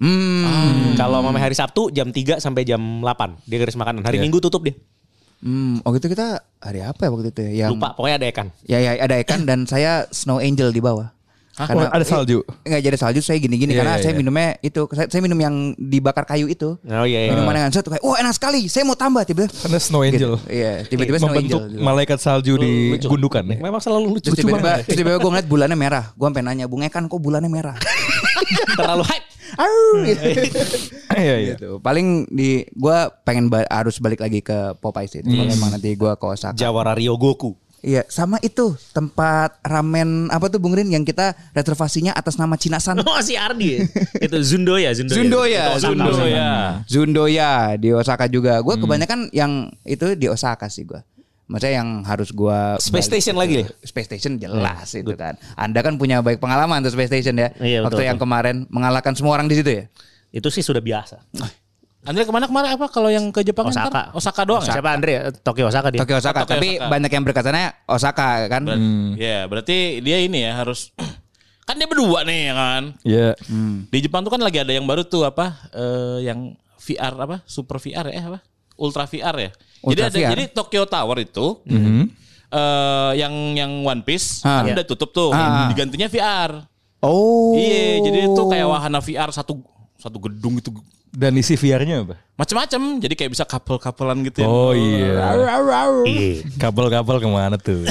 Hmm. Kalau mau hari Sabtu jam tiga sampai jam delapan dia gratis makanan. Hari Iya. Minggu tutup dia. Hmm, oh gitu kita hari apa ya waktu itu ya? Yang, Lupa, pokoknya ada ikan. Ya ya ada ikan dan saya Snow Angel di bawah. Oh, ada salju. Enggak jadi salju, saya gini-gini Iya, karena iya, saya iya. minumnya itu saya, saya minum yang dibakar kayu itu. Oh iya iya. Minuman yang saya tuh kayak, "Wah, enak sekali. Saya mau tambah tiba-tiba." Karena Snow Angel. Gitu. Iya, tiba-tiba Snow Membentuk Angel. malaikat salju di Lucu. gundukan ya. Memang selalu lucu. Terus tiba-tiba, terus tiba-tiba gue ngeliat bulannya merah. Gue sampai nanya, "Bung Ekan kok bulannya merah?" Terlalu hype. Arr, gitu. Iya iya. Gitu. Paling di gue pengen ba- harus balik lagi ke Popeyes itu. Kalau emang nanti gue ke Osaka. Jawara Ryogoku. Iya, sama itu tempat ramen apa tuh Bung Rin yang kita reservasinya atas nama Cinasan. Oh si Ardi. Itu Zundoya, Zundoya. Zundoya, Itu Osaka. Zundoya. Zundoya di Osaka juga. Gue kebanyakan yang itu di Osaka sih gue. Maksudnya yang harus gue Space Station lagi ya? Space Station jelas itu kan. Anda kan punya baik pengalaman tuh Space Station ya. Iya, Waktu betul, yang betul. kemarin mengalahkan semua orang di situ ya. Itu sih sudah biasa. Andre kemana kemarin apa kalau yang ke Jepang? Osaka. ntar? Osaka doang ya? Siapa Andre? ya? Tokyo Osaka dia. Tokyo Osaka. Tokyo Tapi Osaka. banyak yang berkatanya Osaka kan. Ber- Ya berarti dia ini ya harus kan dia berdua nih ya kan. Iya. Di Jepang tuh kan lagi ada yang baru tuh apa eh, yang V R apa Super V R ya eh, apa Ultra V R ya. Ultra jadi ada V R. jadi Tokyo Tower itu Mhm. eh, yang yang One Piece Ah. kan Iya. udah tutup tuh Ah. digantinya V R. Oh. Iya jadi itu kayak wahana V R satu satu gedung itu Dan isi V R-nya apa? macam-macam jadi kayak bisa couple-couplean gitu ya. Oh iya. Iya. Kabel-kabel kemana tuh?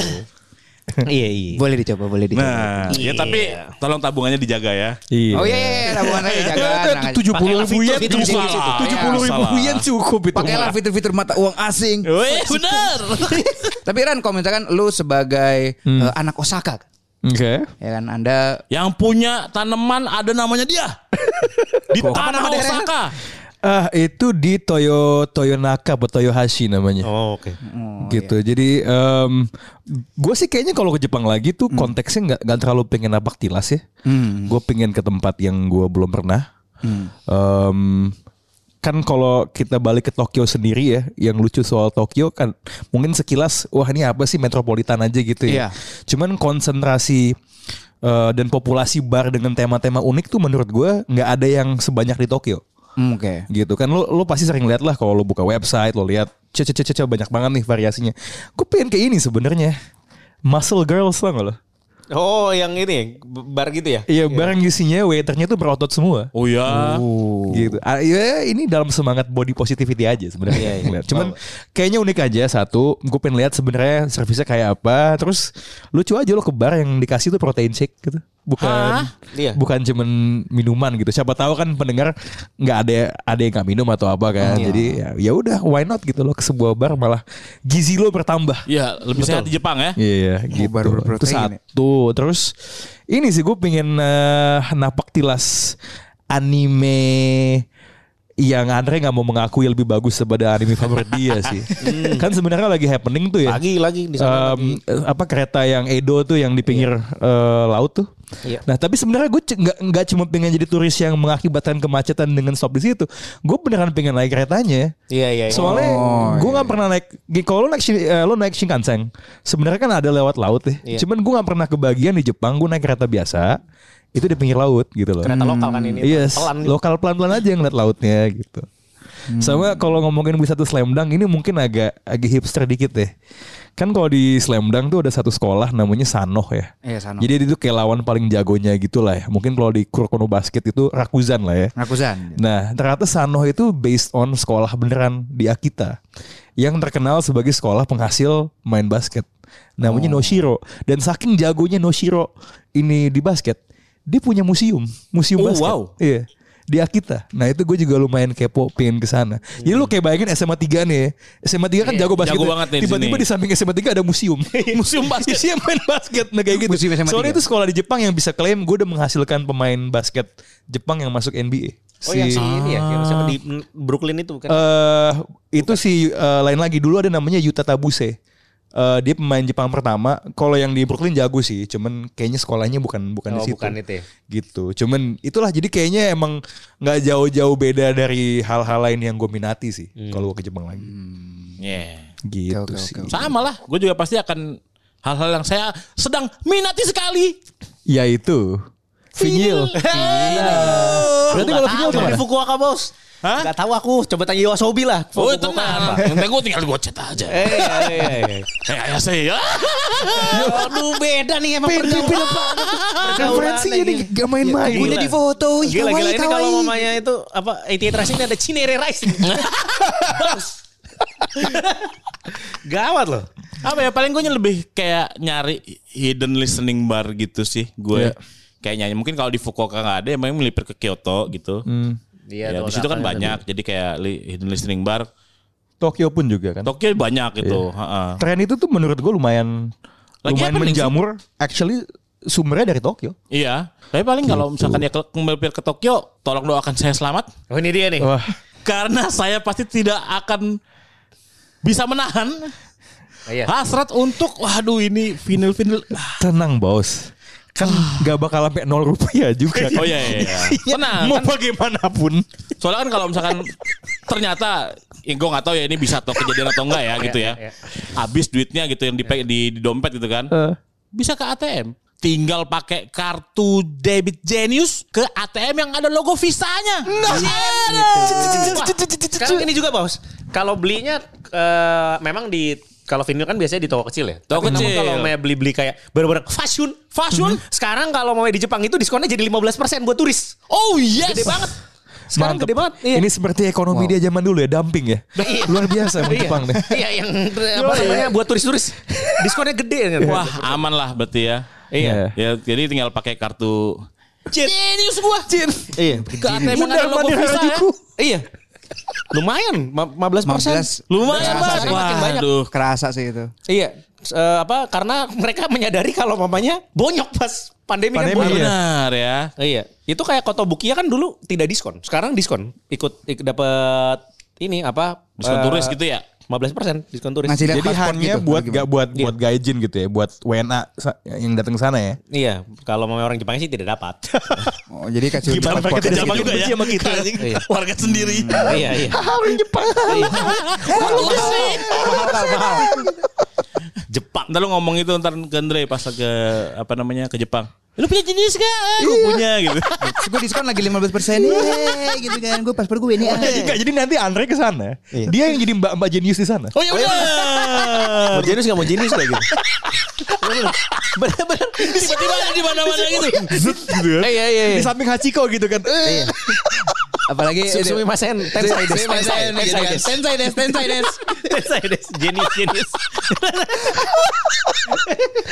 Iya iya. Boleh dicoba, boleh dicoba. Nah, ya tapi tolong tabungannya dijaga ya. Iya. Oh iya iya, iya. Tabungan saya jaga. tenang aja. Tujuh puluh ribu yen Itu cukup. salah. Tujuh puluh ribu Salah. yen cukup itu. Pakailah fitur-fitur mata uang asing. Wih, bener. Tapi Ran, kalau misalkan lu sebagai eh, anak Osaka, Oke. ya kan Anda Yang punya tanaman ada namanya dia. Di tanah Osaka. Ah itu di Toyo Toyonaka atau Toyohashi namanya. Oh oke. Gitu. Jadi gue sih kayaknya kalau ke Jepang lagi tuh konteksnya nggak nggak terlalu pengen napak tilas ya. Gue pengen ke tempat yang gue belum pernah. Em, kan kalau kita balik ke Tokyo sendiri ya, yang lucu soal Tokyo kan mungkin sekilas wah ini apa sih metropolitan aja gitu Iya. ya. Cuman konsentrasi eh, dan populasi bar dengan tema-tema unik tuh menurut gue nggak ada yang sebanyak di Tokyo. Hmm, oke. Gitu kan lo lo pasti sering lihat lah kalau lo buka website lo lihat cece cece cece banyak banget nih variasinya. Gue pengen kayak ini sebenarnya Muscle Girls lah nggak lo? Oh yang ini bar gitu ya? Iya barang isinya waiternya tuh berotot semua. Oh ya. Gitu. Ah, ya ini dalam semangat body positivity aja sebenarnya. Ngeliat. Cuman kayaknya unik aja satu. Gue pengen lihat sebenarnya servisnya kayak apa. Terus lucu aja lo ke bar yang dikasih tuh protein shake gitu. Bukan Hah? Iya. bukan cuman minuman gitu. Siapa tahu kan pendengar nggak ada ada yang nggak minum atau apa kan. Jadi ya ya udah why not gitu lo ke sebuah bar malah gizi lo bertambah. Iya, lebih sehat di Jepang ya. Iya gitu. bar berprotein Itu satu. Terus ini sih gue pengen eh, napak tilas anime yang Andre nggak mau mengakui lebih bagus daripada anime favorit dia sih. Kan sebenarnya lagi happening tuh ya. Lagi lagi di sana Em, lagi. apa kereta yang Edo tuh yang di pinggir eh, laut tuh. Iya. Nah tapi sebenarnya gue c- nggak nggak cuma pengen jadi turis yang mengakibatkan kemacetan dengan stop di situ. Gue beneran pengen naik keretanya. Iya iya. iya. Soalnya Oh, gue nggak pernah naik. Kalau lo naik Shin- eh, lo naik Shinkansen, sebenarnya kan ada lewat laut ya. Iya. Cuman gue nggak pernah kebagian di Jepang. Gue naik kereta biasa. Itu di pinggir laut gitu loh. Kereta lokal kan ini. Yes, Pelan gitu. lokal pelan-pelan aja ngeliat lautnya gitu. Sama kalau ngomongin wisata Slam Dunk ini mungkin agak agak hipster dikit deh. Kan kalau di Slam Dunk tuh ada satu sekolah namanya Sanoh ya. Iya, Sanoh. Jadi itu kayak lawan paling jagonya gitu lah ya. Mungkin kalau di Kuroko no Basket itu Rakuzan lah ya. Rakuzan. Nah ternyata Sanoh itu based on sekolah beneran di Akita. Yang terkenal sebagai sekolah penghasil main basket. Namanya Noshiro. Dan saking jagonya Noshiro ini di basket. Dia punya museum. Museum Oh, basket. wow. Iya. Di Akita. Nah itu gue juga lumayan kepo pengen ke sana. Jadi lu kayak bayangin S M A tiga nih ya. S M A tiga kan jago basket. jago banget nih di Tiba-tiba sini. di samping S M A tiga ada museum. Museum basket. Isinya main basket. Nah kayak gitu. Museum S M A Soalnya tiga. itu sekolah di Jepang yang bisa klaim gue udah menghasilkan pemain basket Jepang yang masuk N B A. Oh yang si ini ya, yang siapa di Brooklyn itu bukan? Eh itu sih eh, lain lagi dulu ada namanya Yuta Tabuse. Uh, dia pemain Jepang pertama. Kalau yang di Brooklyn jago sih, cuman kayaknya sekolahnya bukan bukan Oh, di situ. bukan itu ya? Gitu. Cuman itulah jadi kayaknya emang nggak jauh-jauh beda dari hal-hal lain yang gue minati sih Hmm. kalau gue ke Jepang lagi. Yeah. Gitu Oke, oke, sih. oke. Sama lah, gue juga pasti akan hal-hal yang saya sedang minati sekali. Yaitu vinyl. Berarti kalau video di Fukuoka bos. Hah? Gak tahu aku. Coba tanya Yoasobi lah. Oh Fukuoka tenang, apa? nanti gue tinggal gue chat aja. Eh, iya, iya, iya. Eh ayah saya. Aduh beda nih emang Beda, beda referensinya nih gak main-main. Gila. di foto. Gila gila ini kalau mamanya itu apa A T A Racing ada Cinere Racing. Bos. Gawat loh. Apa ya paling gue lebih kayak nyari hidden listening bar gitu sih gue. Yeah. Kayaknya mungkin kalau di Fukuoka nggak ada, emang melipir ke Kyoto gitu. Ya, di situ kan banyak, jadi kayak li- hidden listening bar. Tokyo pun juga kan. Tokyo banyak gitu. Ha-ha. Tren itu tuh menurut gue lumayan Lagi lumayan happening menjamur. Actually sumbernya dari Tokyo. Iya. Tapi paling kalau misalkan dia ke- melipir ke Tokyo, tolong doakan saya selamat. Oh ini dia nih. Wah, Karena saya pasti tidak akan bisa menahan Iya. hasrat untuk, waduh ini vinyl-vinyl. tenang bos. Kan gak bakal sampai nol rupiah juga. Oh iya iya. iya. Tenang. Mau Kan, bagaimanapun. soalnya kan kalau misalkan ternyata, ya gue nggak tahu ya ini bisa atau kejadian atau enggak ya gitu ya. iya. Habis duitnya gitu yang di, di, di dompet gitu kan. Bisa ke A T M. Tinggal pakai kartu debit Genius ke A T M yang ada logo Visa-nya. Nah, Wah, sekarang ini juga bos. Kalau belinya eh, memang di kalau vinyl kan biasanya di toko kecil ya. Toko Tapi namun kecil. kalau mau beli-beli kayak barang-barang fashion, fashion. Sekarang kalau mau di Jepang itu diskonnya jadi lima belas persen buat turis. Oh yes. Gede banget. Sekarang Mantep. gede banget. Iya. Ini seperti ekonomi dia zaman dulu ya, dumping ya. Iya. Luar biasa emang Iya. Jepang nih. Iya yang apa namanya buat turis-turis. Diskonnya gede kan. Wah aman lah berarti ya. Iya. Ya jadi tinggal pakai kartu Genius gua. Iya. Ke A T M yang ada logo Visa ya. Iya. Lumayan lima belas persen. lima belas. Lumayan Kerasa banget. sih. Makin banyak. Waduh. Kerasa sih itu. Iya. Eh, apa karena mereka menyadari kalau mamanya bonyok pas pandemi, Pandemi, kan bonyok. iya. Benar ya. Iya. Itu kayak Kotobukiya kan dulu tidak diskon. Sekarang diskon. Ikut, ikut dapat ini apa? Diskon eh, turis gitu ya. lima belas persen diskon turis. Ngasih lihat Jadi paspor hanya gitu, buat gimana? gak buat Iya. buat gaijin gitu ya, buat W N A sa- yang datang ke sana ya. Iya, kalau mau orang Jepang sih tidak dapat. Oh, jadi kasih Gimana paspor. mereka tidak Jepang segitu juga benci ya. sama kita. Iya. Warga sendiri. Iya, iya. Orang Jepang. Mahal, mahal, mahal. Jepang. Ntar lu ngomong itu ntar ke Andre pas ke apa namanya ke Jepang. Lu punya jenis gak? Gue punya gitu. Gue diskon lagi lima belas persen nih gitu kan. Gue paspor gue ini. ah. Enggak, jadi nanti Andre ke sana. Dia yang jadi mbak-mbak jenius di sana. Oh ya udah. Mau jenis nggak mau jenis kayak gitu. Bener-bener. Tiba-tiba ada di mana-mana gitu. Zut gitu ya. Iya, iya, iya. Di samping Hachiko gitu kan. Eh. Apalagi Sumi Masen, Tensai Des, Tensai Tensai, Tensai Des. Tensai des, Tensai des. Tensai Des, jenis, jenis.